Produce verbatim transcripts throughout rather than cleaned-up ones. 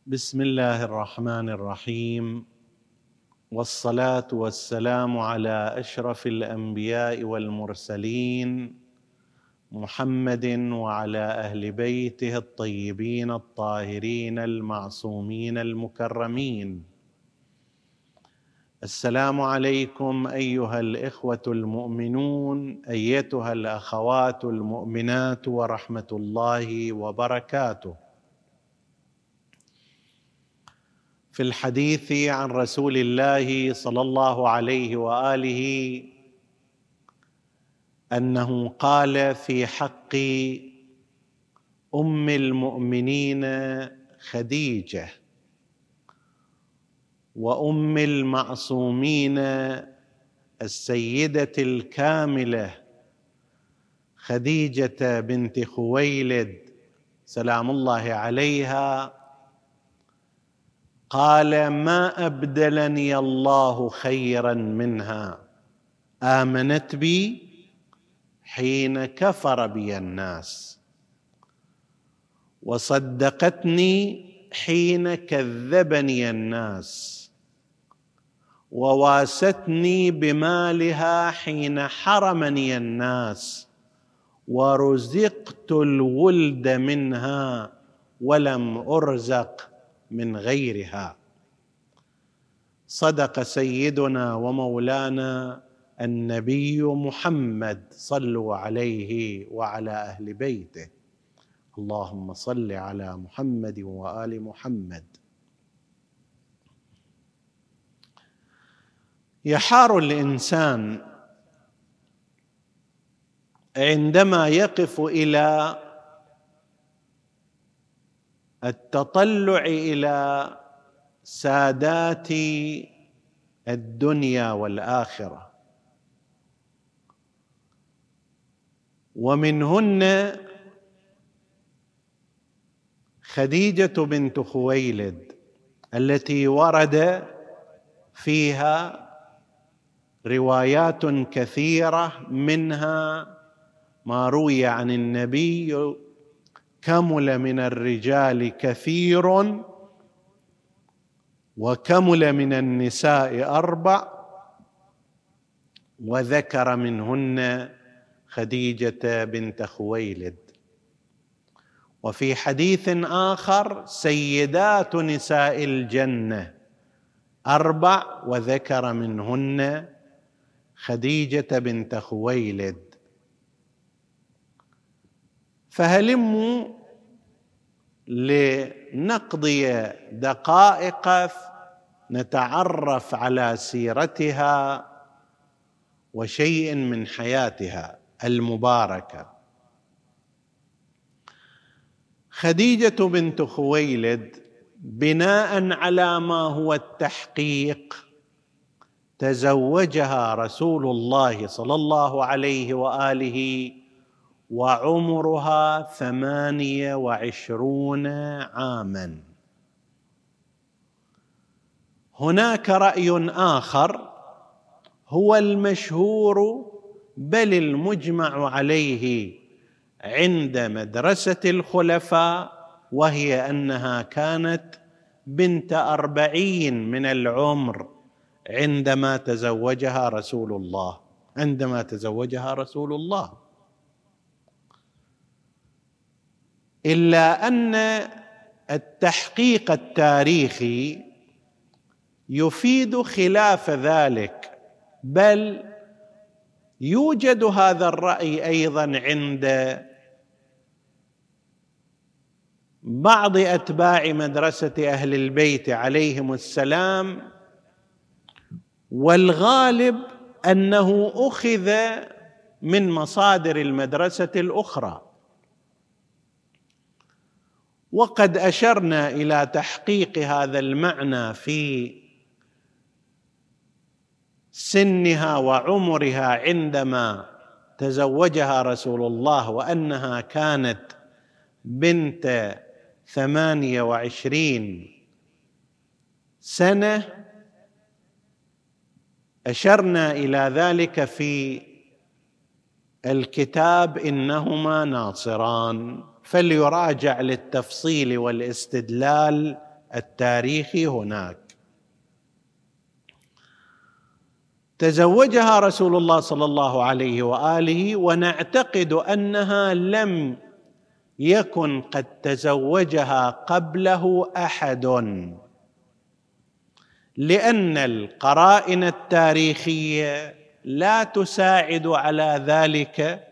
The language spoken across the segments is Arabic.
بسم الله الرحمن الرحيم، والصلاة والسلام على أشرف الأنبياء والمرسلين محمد وعلى أهل بيته الطيبين الطاهرين المعصومين المكرمين. السلام عليكم أيها الإخوة المؤمنون، أيتها الأخوات المؤمنات، ورحمة الله وبركاته. في الحديث عن رسول الله صلى الله عليه وآله أنه قال في حق أم المؤمنين خديجة وأم المعصومين السيدة الكاملة خديجة بنت خويلد سلام الله عليها، قال: ما أبدلني الله خيرا منها، آمنت بي حين كفر بي الناس، وصدقتني حين كذبني الناس، وواستني بمالها حين حرمني الناس، ورزقت الولد منها ولم أرزق من غيرها. صدق سيدنا ومولانا النبي محمد، صلوا عليه وعلى أهل بيته. اللهم صل على محمد وآل محمد. يحار الإنسان عندما يقف إلى التطلع إلى سادات الدنيا والآخرة، ومنهن خديجة بنت خويلد التي ورد فيها روايات كثيرة، منها ما روي عن النبي: كمل من الرجال كثير وكمل من النساء أربع، وذكر منهن خديجة بنت خويلد. وفي حديث آخر: سيدات نساء الجنة أربع، وذكر منهن خديجة بنت خويلد. فهلموا لنقضي دقائق نتعرف على سيرتها وشيء من حياتها المباركة. خديجة بنت خويلد بناء على ما هو التحقيق تزوجها رسول الله صلى الله عليه وآله وعمرها ثمانية وعشرون عاما. هناك رأي آخر هو المشهور بل المجمع عليه عند مدرسة الخلفاء، وهي أنها كانت بنت أربعين من العمر عندما تزوجها رسول الله عندما تزوجها رسول الله إلا أن التحقيق التاريخي يفيد خلاف ذلك، بل يوجد هذا الرأي أيضا عند بعض أتباع مدرسة أهل البيت عليهم السلام، والغالب أنه أخذ من مصادر المدرسة الأخرى. وقد أشرنا إلى تحقيق هذا المعنى في سنها وعمرها عندما تزوجها رسول الله، وأنها كانت بنت ثمانية وعشرين سنة. أشرنا إلى ذلك في الكتاب إنهما ناصران، فليراجع للتفصيل والاستدلال التاريخي هناك. تزوجها رسول الله صلى الله عليه وآله، ونعتقد أنها لم يكن قد تزوجها قبله أحد، لأن القرائن التاريخية لا تساعد على ذلك،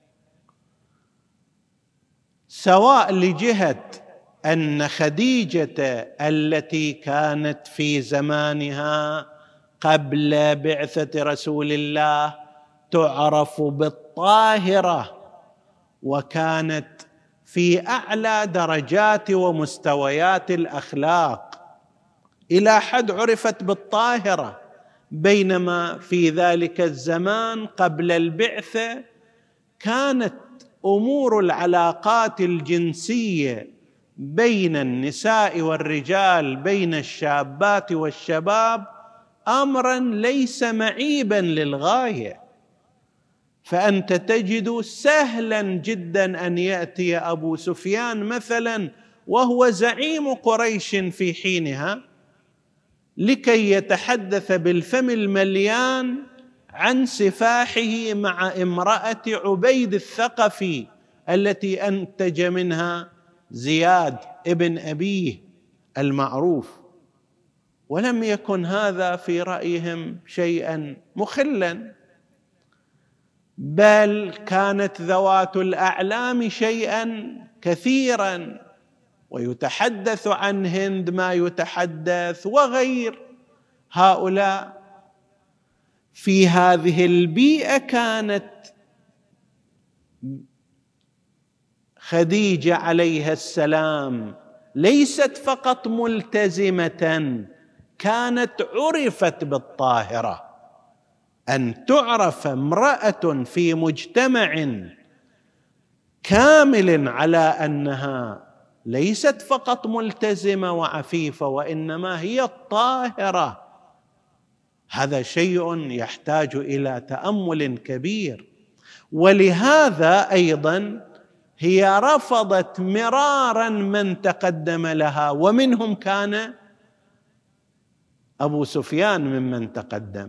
سواء لجهة أن خديجة التي كانت في زمانها قبل بعثة رسول الله تعرف بالطاهرة، وكانت في أعلى درجات ومستويات الأخلاق إلى حد عرفت بالطاهرة، بينما في ذلك الزمان قبل البعثة كانت أمور العلاقات الجنسية بين النساء والرجال، بين الشابات والشباب، أمرا ليس معيبا للغاية. فأنت تجد سهلا جدا أن يأتي أبو سفيان مثلا وهو زعيم قريش في حينها لكي يتحدث بالفم المليان عن سفاحه مع امرأة عبيد الثقفي التي أنتج منها زياد ابن أبيه المعروف، ولم يكن هذا في رأيهم شيئا مخلا، بل كانت ذوات الأعلام شيئا كثيرا، ويتحدث عن هند ما يتحدث وغير هؤلاء. في هذه البيئة كانت خديجة عليها السلام ليست فقط ملتزمة، كانت عرفت بالطاهرة. أن تعرف امرأة في مجتمع كامل على أنها ليست فقط ملتزمة وعفيفة، وإنما هي الطاهرة، هذا شيء يحتاج إلى تأمل كبير. ولهذا أيضا هي رفضت مرارا من تقدم لها، ومنهم كان أبو سفيان ممن تقدم،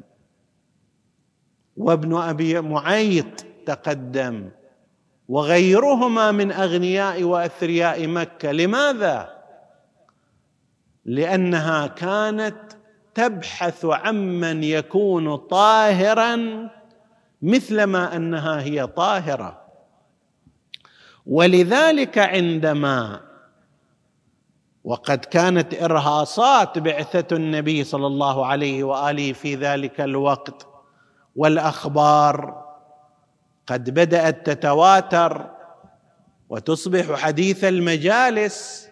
وابن أبي معيط تقدم، وغيرهما من أغنياء وأثرياء مكة. لماذا؟ لأنها كانت تبحث عمن يكون طاهرا مثلما أنها هي طاهرة. ولذلك عندما وقد كانت إرهاصات بعثة النبي صلى الله عليه وآله في ذلك الوقت والأخبار قد بدأت تتواتر وتصبح حديث المجالس،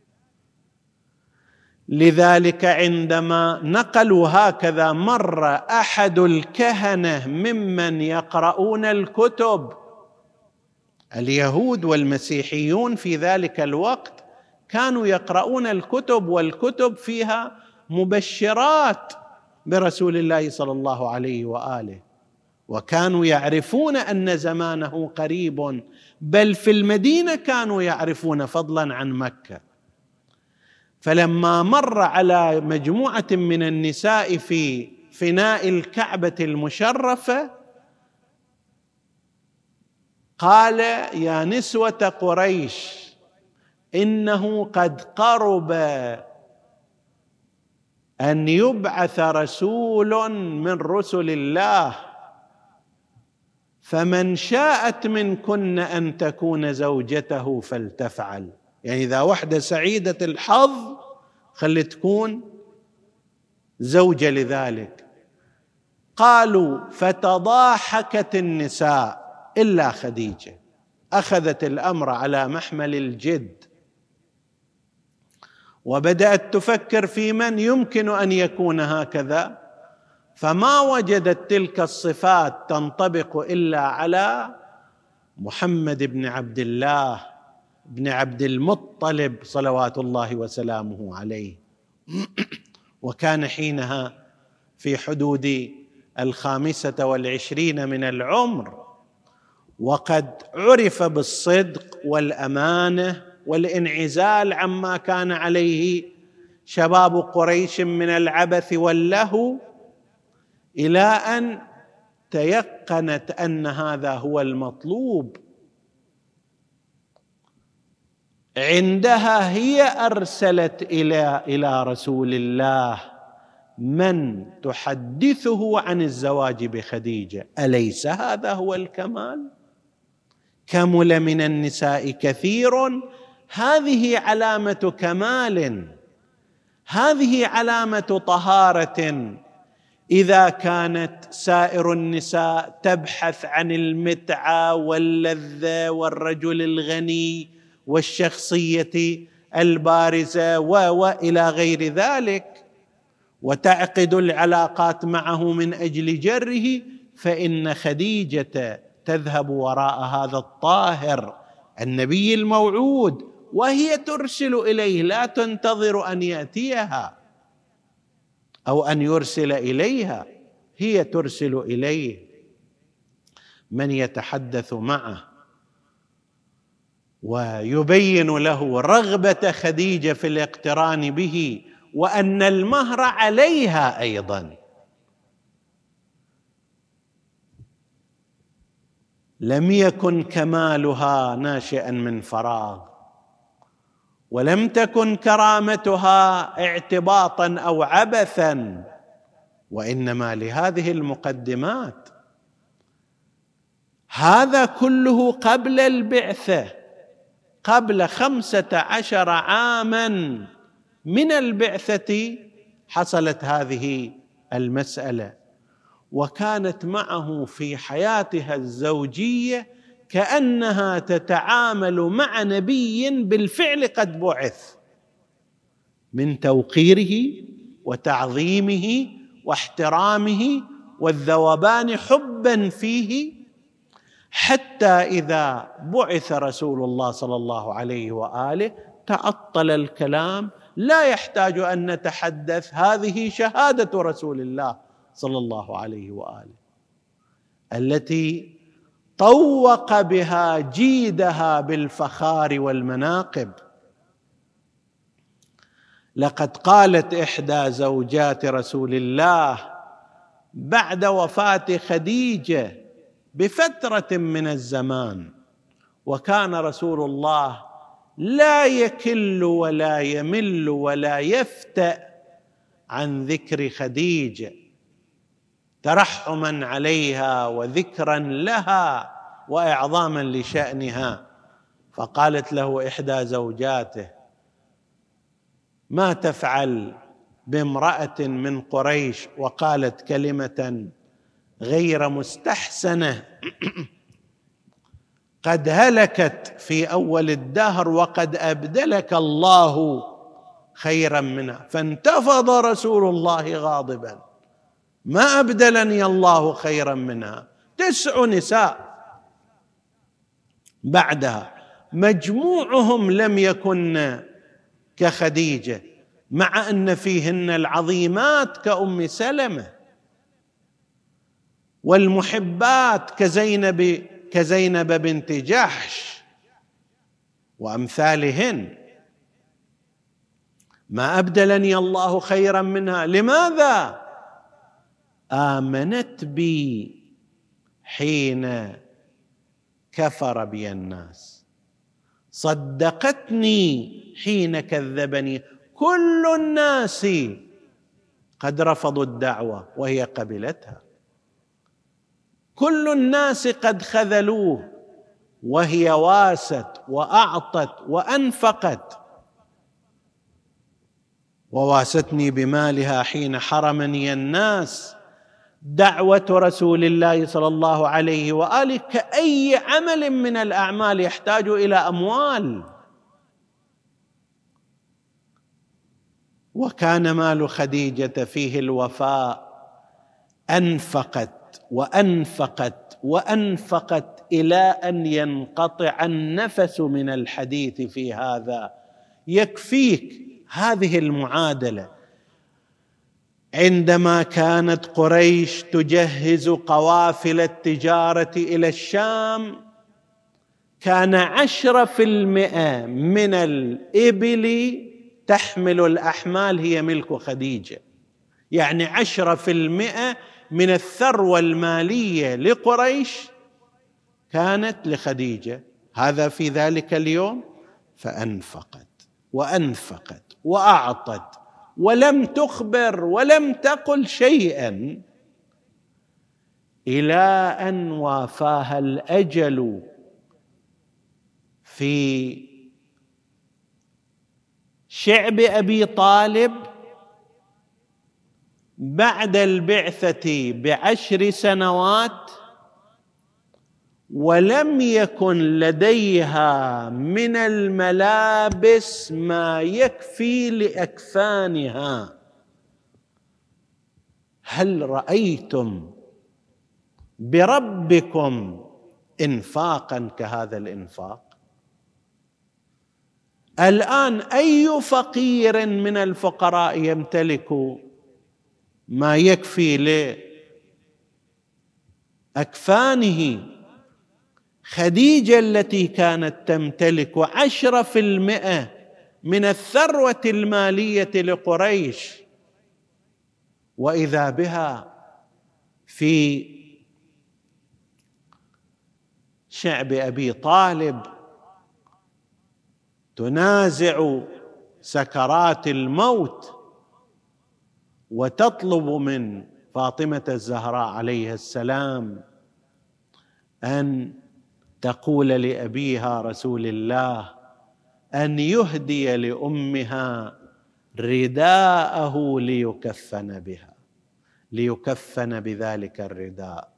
لذلك عندما نقلوا هكذا مر أحد الكهنة ممن يقرؤون الكتب، اليهود والمسيحيون في ذلك الوقت كانوا يقرؤون الكتب، والكتب فيها مبشرات برسول الله صلى الله عليه وآله، وكانوا يعرفون أن زمانه قريب، بل في المدينة كانوا يعرفون فضلا عن مكة. فلما مر على مجموعة من النساء في فناء الكعبة المشرفة قال: يا نسوة قريش، إنه قد قرب أن يبعث رسول من رسل الله، فمن شاءت منكن أن تكون زوجته فلتفعل. يعني إذا وحدة سعيدة الحظ خلي تكون زوجة لذلك. قالوا: فتضاحكت النساء إلا خديجة، أخذت الأمر على محمل الجد، وبدأت تفكر في من يمكن أن يكون هكذا، فما وجدت تلك الصفات تنطبق إلا على محمد بن عبد الله بن عبد المطلب صلوات الله وسلامه عليه، وكان حينها في حدود الخامسة والعشرين من العمر، وقد عرف بالصدق والأمانة والانعزال عما كان عليه شباب قريش من العبث واللهو، إلى أن تيقنت أن هذا هو المطلوب. عندها هي أرسلت إلى إلى رسول الله من تحدثه عن الزواج بخديجة. أليس هذا هو الكمال؟ كمل من النساء كثير، هذه علامة كمال، هذه علامة طهارة. إذا كانت سائر النساء تبحث عن المتعة واللذة والرجل الغني والشخصية البارزة وإلى غير ذلك، وتعقد العلاقات معه من أجل جره، فإن خديجة تذهب وراء هذا الطاهر النبي الموعود، وهي ترسل إليه، لا تنتظر أن يأتيها أو أن يرسل إليها، هي ترسل إليه من يتحدث معه ويبين له رغبة خديجة في الاقتران به، وأن المهر عليها أيضا. لم يكن كمالها ناشئا من فراغ، ولم تكن كرامتها اعتباطا أو عبثا، وإنما لهذه المقدمات. هذا كله قبل البعثة، قبل خمسة عشر عاما من البعثة حصلت هذه المسألة، وكانت معه في حياتها الزوجية كأنها تتعامل مع نبي بالفعل قد بعث، من توقيره وتعظيمه واحترامه والذوبان حبا فيه، حتى إذا بعث رسول الله صلى الله عليه وآله تعطل الكلام، لا يحتاج أن نتحدث، هذه شهادة رسول الله صلى الله عليه وآله التي طوق بها جيدها بالفخار والمناقب. لقد قالت إحدى زوجات رسول الله بعد وفاة خديجة بفترة من الزمان، وكان رسول الله لا يكل ولا يمل ولا يفتأ عن ذكر خديجة ترحما عليها وذكرا لها وإعظاما لشأنها. فقالت له إحدى زوجاته: ما تفعل بامرأة من قريش؟ وقالت كلمة غير مستحسنة: قد هلكت في أول الدهر وقد أبدلك الله خيرا منها. فانتفض رسول الله غاضبا: ما أبدلني الله خيرا منها، تسع نساء بعدها مجموعهم لم يكن كخديجة، مع أن فيهن العظيمات كأم سلمة والمحبات كزينب كزينب بنت جحش وأمثالهن. ما أبدلني الله خيرا منها. لماذا؟ آمنت بي حين كفر بي الناس، صدقتني حين كذبني. كل الناس قد رفضوا الدعوة وهي قبلتها، كل الناس قد خذلوه وهي واست وأعطت وأنفقت، وواستني بمالها حين حرمني الناس. دعوة رسول الله صلى الله عليه وآله كأي عمل من الأعمال يحتاج إلى أموال، وكان مال خديجة فيه الوفاء. أنفقت وأنفقت وأنفقت إلى أن ينقطع النفس من الحديث في هذا. يكفيك هذه المعادلة. عندما كانت قريش تجهز قوافل التجارة إلى الشام، كان عشرة في المئة من الإبل تحمل الأحمال هي ملك خديجة، يعني عشرة في المئة من الثروة المالية لقريش كانت لخديجة. هذا في ذلك اليوم، فأنفقت وأنفقت وأعطت ولم تخبر ولم تقل شيئا إلى أن وافاها الأجل في شعب أبي طالب بعد البعثة بعشر سنوات، ولم يكن لديها من الملابس ما يكفي لأكفانها. هل رأيتم بربكم إنفاقا كهذا الإنفاق؟ الآن أي فقير من الفقراء يمتلك ما يكفي لأكفانه؟ خديجة التي كانت تمتلك عشرة في المئة من الثروة المالية لقريش، وإذا بها في شعب أبي طالب تنازع سكرات الموت وتطلب من فاطمة الزهراء عليها السلام أن تقول لأبيها رسول الله أن يهدي لأمها رداءه ليكفن بها، ليكفن بذلك الرداء.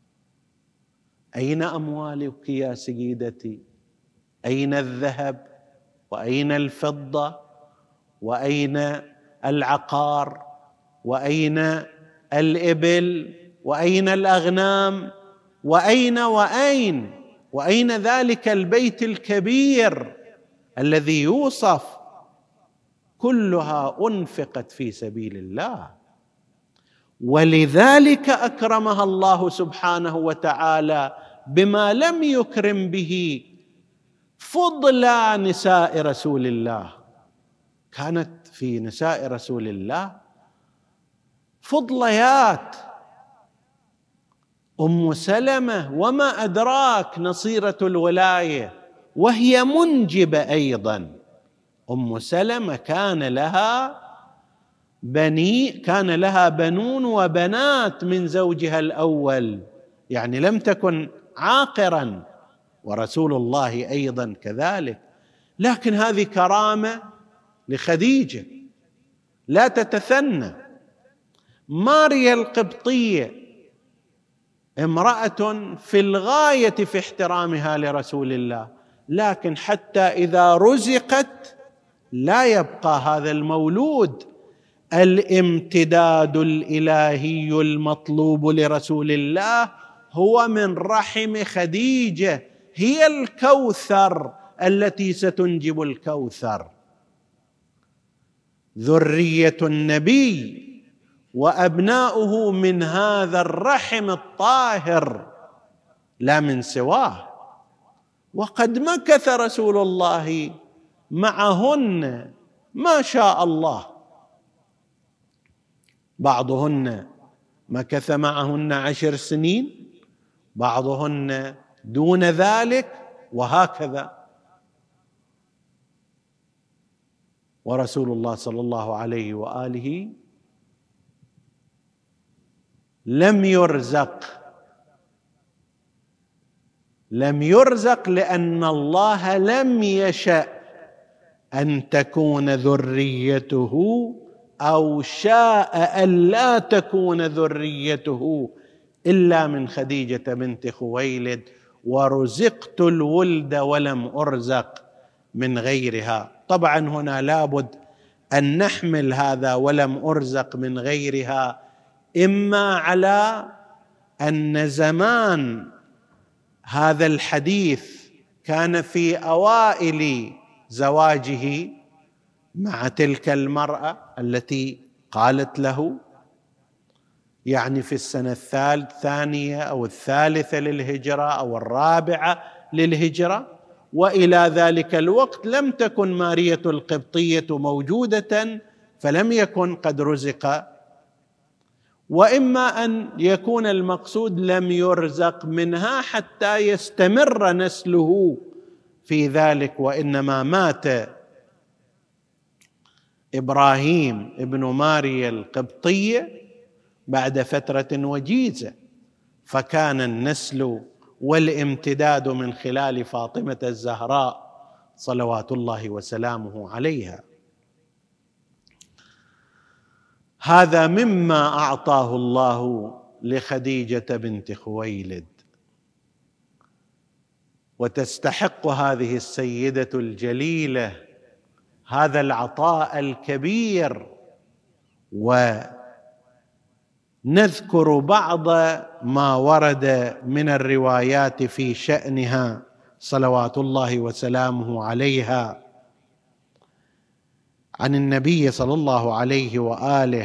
أين أموالك يا سيدتي؟ أين الذهب وأين الفضة وأين العقار وأين الإبل وأين الأغنام وأين وأين وأين ذلك البيت الكبير الذي يوصف؟ كلها أنفقت في سبيل الله، ولذلك أكرمها الله سبحانه وتعالى بما لم يكرم به فضل نساء رسول الله. كانت في نساء رسول الله فضليات. أم سلمة وما أدراك نصيرة الولاية، وهي منجبة أيضا. أم سلمة كان لها بني كان لها بنون وبنات من زوجها الأول، يعني لم تكن عاقرا، ورسول الله أيضا كذلك. لكن هذه كرامة لخديجة لا تتثنى. ماريا القبطية امرأة في الغاية في احترامها لرسول الله، لكن حتى إذا رزقت لا يبقى هذا المولود الامتداد الإلهي المطلوب لرسول الله هو من رحم خديجة، هي الكوثر التي ستنجب الكوثر. ذرية النبي وأبناؤه من هذا الرحم الطاهر لا من سواه. وقد مكث رسول الله معهن ما شاء الله، بعضهن مكث معهن عشر سنين، بعضهن دون ذلك، وهكذا. ورسول الله صلى الله عليه وآله لم يرزق لم يرزق لأن الله لم يشأ أن تكون ذريته، أو شاء أن لا تكون ذريته إلا من خديجة بنت خويلد. ورزقت الولد ولم أرزق من غيرها. طبعا هنا لابد أن نحمل هذا ولم أرزق من غيرها إما على أن زمان هذا الحديث كان في أوائل زواجه مع تلك المرأة التي قالت له، يعني في السنة الثانية أو الثالثة للهجرة أو الرابعة للهجرة، والى ذلك الوقت لم تكن مارية القبطية موجودة فلم يكن قد رزق، واما ان يكون المقصود لم يرزق منها حتى يستمر نسله في ذلك، وانما مات ابراهيم ابن ماريا القبطية بعد فترة وجيزة، فكان النسل والامتداد من خلال فاطمة الزهراء صلوات الله وسلامه عليها. هذا مما أعطاه الله لخديجة بنت خويلد، وتستحق هذه السيدة الجليلة هذا العطاء الكبير. ونذكر بعض ما ورد من الروايات في شأنها صلوات الله وسلامه عليها عن النبي صلى الله عليه وآله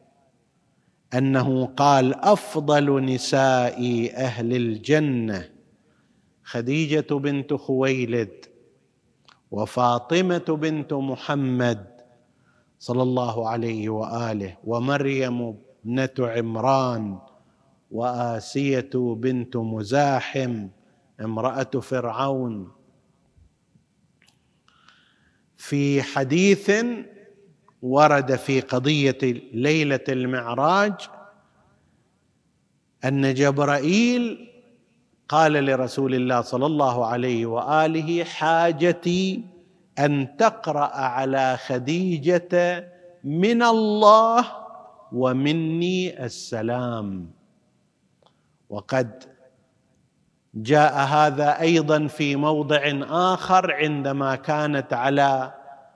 أنه قال: أفضل نساء أهل الجنة خديجة بنت خويلد وفاطمة بنت محمد صلى الله عليه وآله ومريم ابنة عمران وآسية بنت مزاحم امرأة فرعون. في حديث ورد في قضية ليلة المعراج أن جبرائيل قال لرسول الله صلى الله عليه وآله: حاجتي أن تقرأ على خديجة من الله ومني السلام. وقد جاء هذا أيضا في موضع آخر عندما كانت على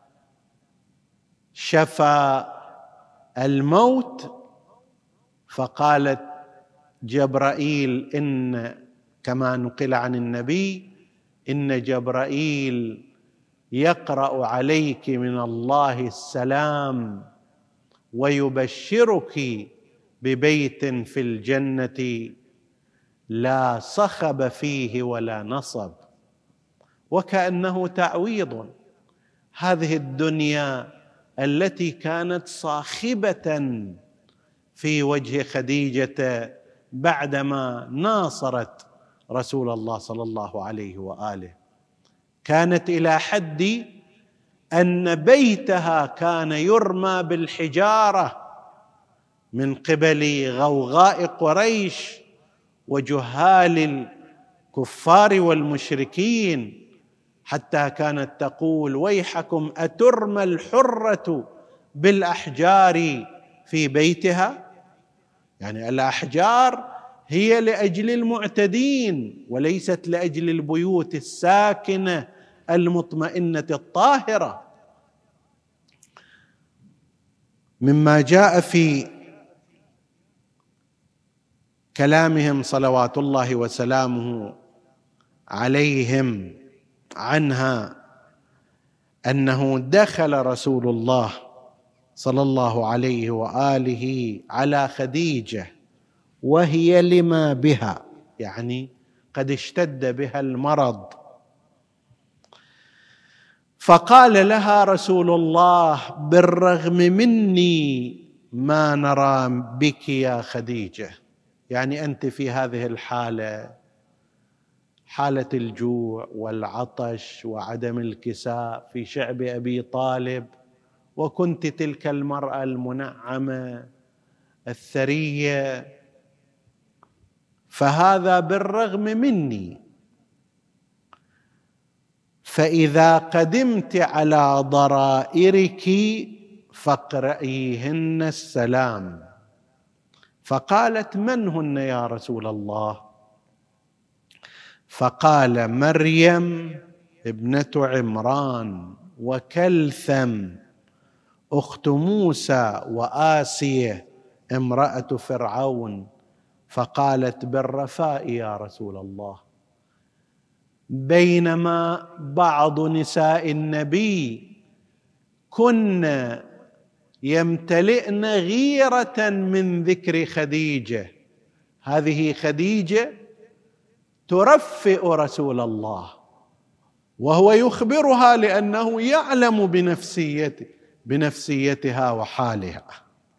شفا الموت، فقالت جبرائيل إن كما نقل عن النبي: إن جبرائيل يقرأ عليك من الله السلام ويبشرك ببيت في الجنة لا صخب فيه ولا نصب. وكأنه تعويض. هذه الدنيا التي كانت صاخبة في وجه خديجة بعدما ناصرت رسول الله صلى الله عليه وآله، كانت إلى حد أن بيتها كان يرمى بالحجارة من قبل غوغاء قريش وجهال الكفار والمشركين، حتى كانت تقول: ويحكم أترمى الحرة بالأحجار في بيتها؟ يعني الأحجار هي لأجل المعتدين وليست لأجل البيوت الساكنة المطمئنة الطاهرة. مما جاء في كلامهم صلوات الله وسلامه عليهم عنها أنه دخل رسول الله صلى الله عليه وآله على خديجة وهي لما بها، يعني قد اشتد بها المرض، فقال لها رسول الله: بالرغم مني ما نرى بك يا خديجة، يعني أنت في هذه الحالة، حالة الجوع والعطش وعدم الكساء في شعب أبي طالب، وكنت تلك المرأة المنعمة الثرية، فهذا بالرغم مني، فإذا قدمت على ضرائرك فاقرئيهن السلام. فقالت: من هن يا رسول الله؟ فقال: مريم ابنة عمران وكلثم أخت موسى وآسية امرأة فرعون. فقالت: بالرفاء يا رسول الله. بينما بعض نساء النبي كن يمتلئن غيرة من ذكر خديجة، هذه خديجة ترفئ رسول الله وهو يخبرها لأنه يعلم بنفسيته بنفسيتها وحالها.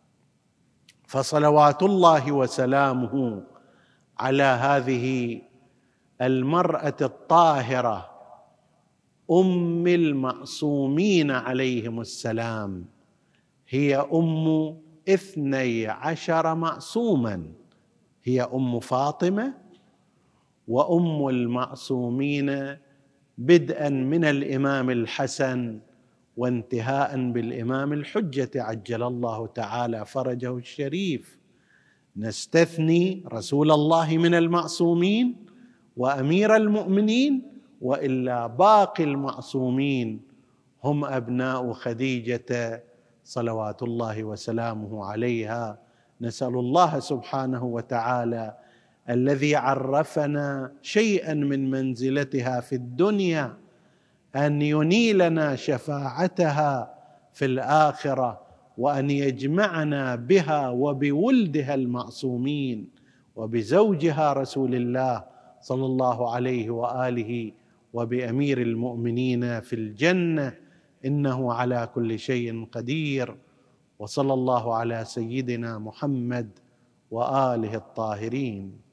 فصلوات الله وسلامه على هذه المرأة الطاهرة أم المعصومين عليهم السلام، هي أم اثني عشر معصوما، هي أم فاطمة وأم المعصومين، بدءا من الإمام الحسن وانتهاء بالإمام الحجة عجل الله تعالى فرجه الشريف. نستثني رسول الله من المعصومين وأمير المؤمنين، وإلا باقي المعصومين هم أبناء خديجة صلوات الله وسلامه عليها. نسأل الله سبحانه وتعالى الذي عرفنا شيئا من منزلتها في الدنيا أن ينيلنا شفاعتها في الآخرة، وأن يجمعنا بها وبولدها المعصومين وبزوجها رسول الله صلى الله عليه وآله وبأمير المؤمنين في الجنة، إنه على كل شيء قدير. وصلى الله على سيدنا محمد وآله الطاهرين.